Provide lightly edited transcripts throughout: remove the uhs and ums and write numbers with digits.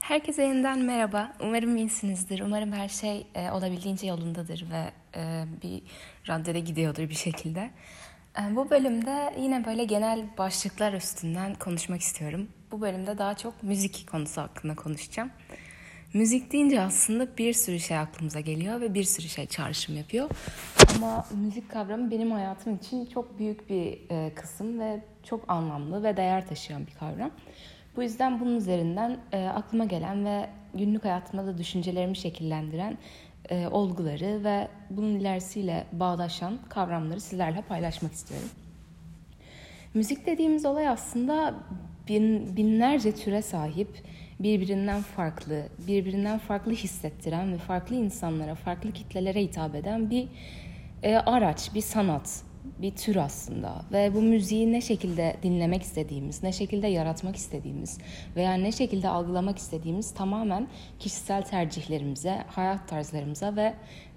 Herkese yeniden merhaba. Umarım iyisinizdir. Umarım her şey olabildiğince yolundadır ve bir raddede gidiyordur bir şekilde. Bu bölümde yine böyle genel başlıklar üstünden konuşmak istiyorum. Bu bölümde daha çok müzik konusu hakkında konuşacağım. Müzik deyince aslında bir sürü şey aklımıza geliyor ve bir sürü şey çağrışım yapıyor. Ama müzik kavramı benim hayatım için çok büyük bir kısım ve çok anlamlı ve değer taşıyan bir kavram. Bu yüzden bunun üzerinden aklıma gelen ve günlük hayatımda da düşüncelerimi şekillendiren olguları ve bunun ilerisiyle bağdaşan kavramları sizlerle paylaşmak istiyorum. Müzik dediğimiz olay aslında binlerce türe sahip, birbirinden farklı hissettiren ve farklı insanlara, farklı kitlelere hitap eden bir araç, bir sanat, bir tür aslında. Ve bu müziği ne şekilde dinlemek istediğimiz, ne şekilde yaratmak istediğimiz veya ne şekilde algılamak istediğimiz tamamen kişisel tercihlerimize, hayat tarzlarımıza ve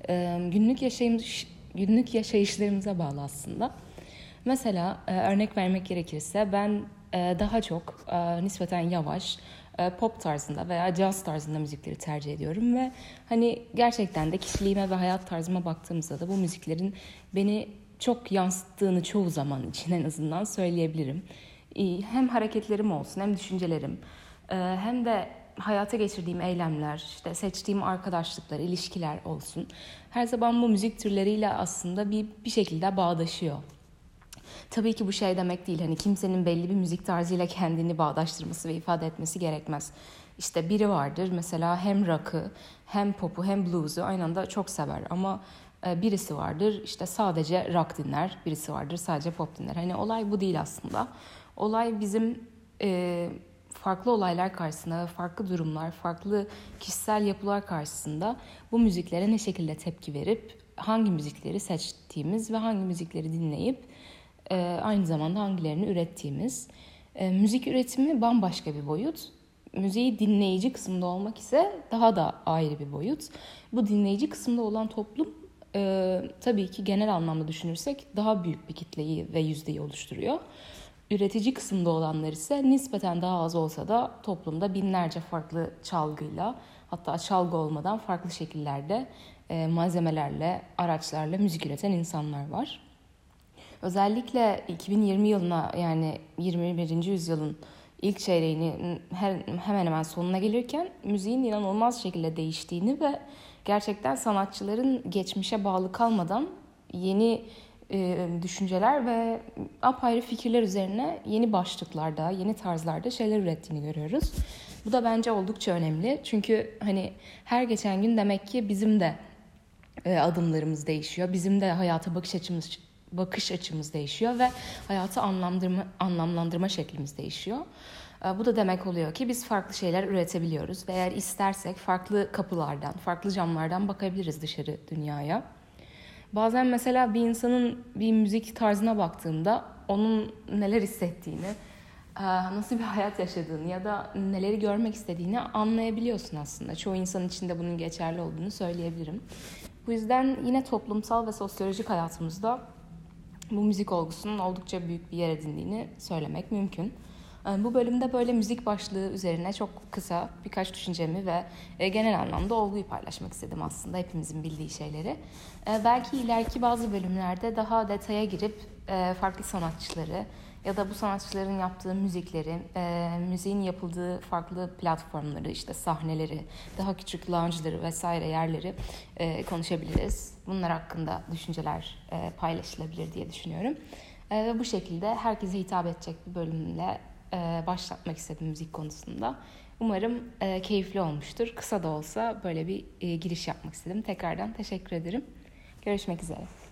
günlük yaşayışlarımıza bağlı aslında. Mesela örnek vermek gerekirse ben daha çok nispeten yavaş, pop tarzında veya jazz tarzında müzikleri tercih ediyorum ve hani gerçekten de kişiliğime ve hayat tarzıma baktığımızda da bu müziklerin beni çok yansıttığını çoğu zaman için en azından söyleyebilirim. Hem hareketlerim olsun hem düşüncelerim hem de hayata geçirdiğim eylemler, işte seçtiğim arkadaşlıklar, ilişkiler olsun. Her zaman bu müzik türleriyle aslında bir şekilde bağdaşıyor. Tabii ki bu şey demek değil. Hani kimsenin belli bir müzik tarzıyla kendini bağdaştırması ve ifade etmesi gerekmez. İşte biri vardır mesela hem rock'ı hem pop'u hem blues'u aynı anda çok sever ama birisi vardır işte sadece rock dinler, birisi vardır sadece pop dinler. Hani olay bu değil aslında. Olay bizim farklı olaylar karşısında, farklı durumlar, farklı kişisel yapılar karşısında bu müziklere ne şekilde tepki verip hangi müzikleri seçtiğimiz ve hangi müzikleri dinleyip aynı zamanda hangilerini ürettiğimiz. Müzik üretimi bambaşka bir boyut. Müziği dinleyici kısımda olmak ise daha da ayrı bir boyut. Bu dinleyici kısımda olan toplum tabii ki genel anlamda düşünürsek daha büyük bir kitleyi ve yüzdeyi oluşturuyor. Üretici kısımda olanlar ise nispeten daha az olsa da toplumda binlerce farklı çalgıyla, hatta çalgı olmadan farklı şekillerde malzemelerle, araçlarla müzik üreten insanlar var. Özellikle 2020 yılına, yani 21. yüzyılın ilk çeyreğini hemen hemen sonuna gelirken müziğin inanılmaz şekilde değiştiğini ve gerçekten sanatçıların geçmişe bağlı kalmadan yeni düşünceler ve apayrı fikirler üzerine yeni başlıklarda, yeni tarzlarda şeyler ürettiğini görüyoruz. Bu da bence oldukça önemli. Çünkü hani her geçen gün demek ki bizim de adımlarımız değişiyor. Bizim de hayata bakış açımız değişiyor ve hayatı anlamlandırma şeklimiz değişiyor. Bu da demek oluyor ki biz farklı şeyler üretebiliyoruz ve eğer istersek farklı kapılardan, farklı camlardan bakabiliriz dışarı dünyaya. Bazen mesela bir insanın bir müzik tarzına baktığımda onun neler hissettiğini, nasıl bir hayat yaşadığını ya da neleri görmek istediğini anlayabiliyorsun aslında. Çoğu insan için de bunun geçerli olduğunu söyleyebilirim. Bu yüzden yine toplumsal ve sosyolojik hayatımızda bu müzik olgusunun oldukça büyük bir yer edindiğini söylemek mümkün. Bu bölümde böyle müzik başlığı üzerine çok kısa birkaç düşüncemi ve genel anlamda olguyu paylaşmak istedim aslında, hepimizin bildiği şeyleri. Belki ileriki bazı bölümlerde daha detaya girip farklı sanatçıları ya da bu sanatçıların yaptığı müzikleri, müziğin yapıldığı farklı platformları, işte sahneleri, daha küçük lounge'ları vesaire yerleri konuşabiliriz. Bunlar hakkında düşünceler paylaşılabilir diye düşünüyorum. Ve bu şekilde herkese hitap edecek bir bölümle başlatmak istedim müzik konusunda. Umarım keyifli olmuştur. Kısa da olsa böyle bir giriş yapmak istedim. Tekrardan teşekkür ederim. Görüşmek üzere.